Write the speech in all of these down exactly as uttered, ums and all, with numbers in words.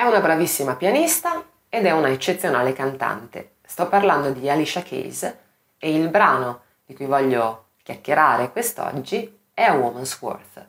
È una bravissima pianista ed è una eccezionale cantante. Sto parlando di Alicia Keys e il brano di cui voglio chiacchierare quest'oggi è A Woman's Worth.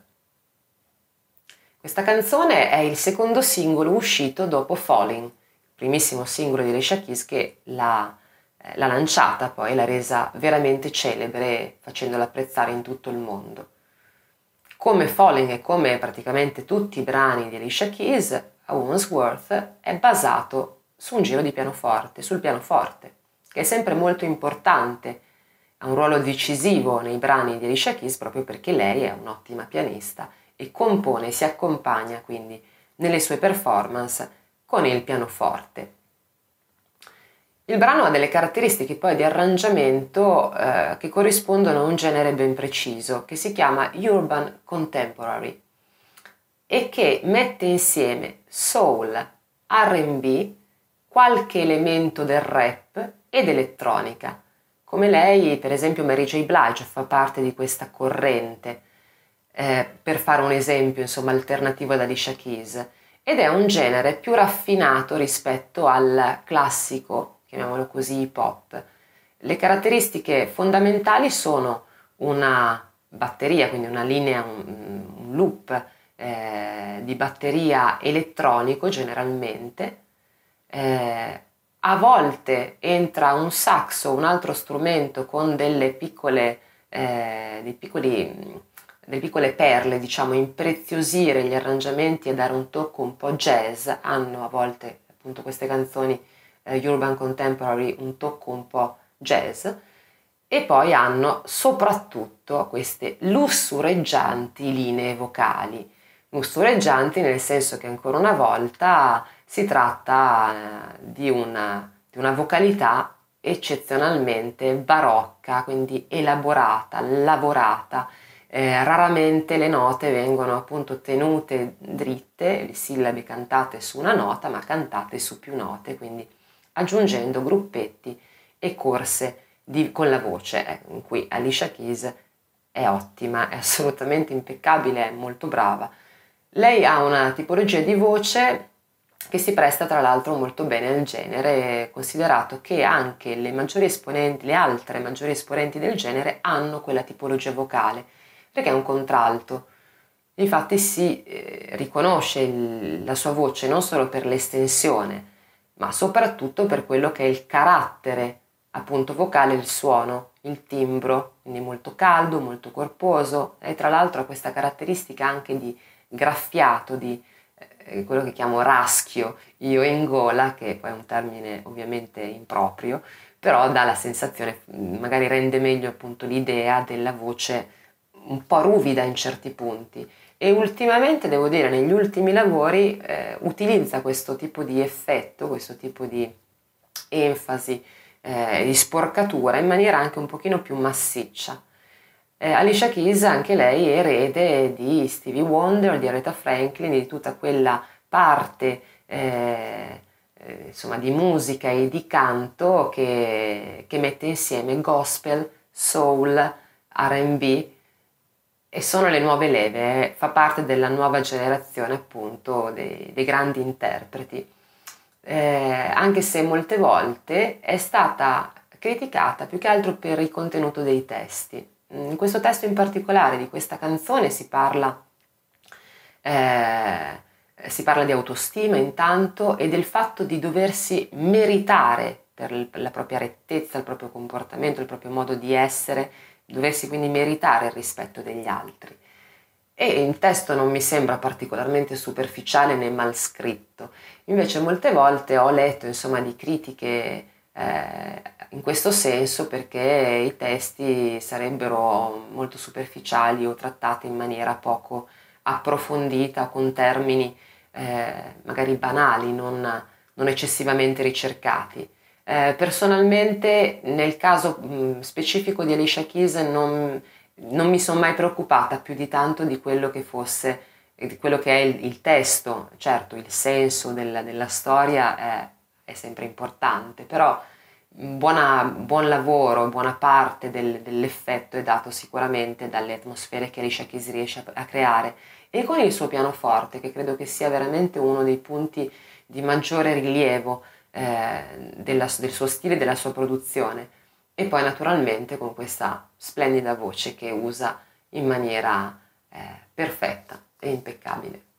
Questa canzone è il secondo singolo uscito dopo Falling, il primissimo singolo di Alicia Keys che l'ha, eh, l'ha lanciata, poi l'ha resa veramente celebre facendola apprezzare in tutto il mondo. Come Falling e come praticamente tutti i brani di Alicia Keys, A Woman's Worth è basato su un giro di pianoforte, sul pianoforte, che è sempre molto importante, ha un ruolo decisivo nei brani di Alicia Keys proprio perché lei è un'ottima pianista e compone, si accompagna quindi nelle sue performance con il pianoforte. Il brano ha delle caratteristiche poi di arrangiamento eh, che corrispondono a un genere ben preciso che si chiama Urban Contemporary e che mette insieme soul, R and B, qualche elemento del rap ed elettronica. Come lei, per esempio Mary J. Blige fa parte di questa corrente, eh, per fare un esempio insomma alternativo ad Alicia Keys, ed è un genere più raffinato rispetto al classico, chiamiamolo così, hip hop. Le caratteristiche fondamentali sono una batteria, quindi una linea, un, un loop eh, di batteria elettronico generalmente, eh, a volte entra un saxo, un altro strumento con delle piccole, eh, dei piccoli, delle piccole perle, diciamo, impreziosire gli arrangiamenti e dare un tocco un po' jazz. Hanno a volte appunto queste canzoni eh, urban contemporary un tocco un po' jazz, e poi hanno soprattutto queste lussureggianti linee vocali. Lussureggianti nel senso che ancora una volta si tratta eh, di, una, di una vocalità eccezionalmente barocca, quindi elaborata, lavorata. Eh, raramente le note vengono appunto tenute dritte, le sillabe cantate su una nota, ma cantate su più note, quindi aggiungendo gruppetti e corse di, con la voce, eh, in cui Alicia Keys è ottima, è assolutamente impeccabile, è molto brava. Lei ha una tipologia di voce che si presta tra l'altro molto bene al genere, considerato che anche le maggiori esponenti, le altre maggiori esponenti del genere hanno quella tipologia vocale, perché è un contralto. Infatti si eh, riconosce il, la sua voce non solo per l'estensione, ma soprattutto per quello che è il carattere appunto vocale, il suono, il timbro, quindi molto caldo, molto corposo, e tra l'altro ha questa caratteristica anche di graffiato, di eh, quello che chiamo raschio io in gola, che poi è un termine ovviamente improprio, però dà la sensazione, magari rende meglio appunto l'idea della voce un po' ruvida in certi punti. E ultimamente, devo dire, negli ultimi lavori eh, utilizza questo tipo di effetto, questo tipo di enfasi, eh, di sporcatura in maniera anche un pochino più massiccia. Eh, Alicia Keys, anche lei, è erede di Stevie Wonder, di Aretha Franklin, di tutta quella parte eh, eh, insomma di musica e di canto che, che mette insieme gospel, soul, R and B, e sono le nuove leve, eh, fa parte della nuova generazione appunto dei, dei grandi interpreti, eh, anche se molte volte è stata criticata più che altro per il contenuto dei testi. In questo testo in particolare di questa canzone si parla, eh, si parla di autostima intanto e del fatto di doversi meritare per la propria rettezza, il proprio comportamento, il proprio modo di essere, doversi quindi meritare il rispetto degli altri. E il testo non mi sembra particolarmente superficiale né mal scritto. Invece molte volte ho letto insomma di critiche eh, in questo senso, perché i testi sarebbero molto superficiali o trattati in maniera poco approfondita, con termini eh, magari banali, non, non eccessivamente ricercati. Eh, personalmente nel caso mh, specifico di Alicia Keys non, non mi sono mai preoccupata più di tanto di quello che fosse, di quello che è il, il testo. Certo, il senso della, della storia è, è sempre importante, però buona, buon lavoro, buona parte del, dell'effetto è dato sicuramente dalle atmosfere che Alicia Keys riesce a, a creare e con il suo pianoforte, che credo che sia veramente uno dei punti di maggiore rilievo eh, della, del suo stile e della sua produzione, e poi naturalmente con questa splendida voce che usa in maniera eh, perfetta e impeccabile.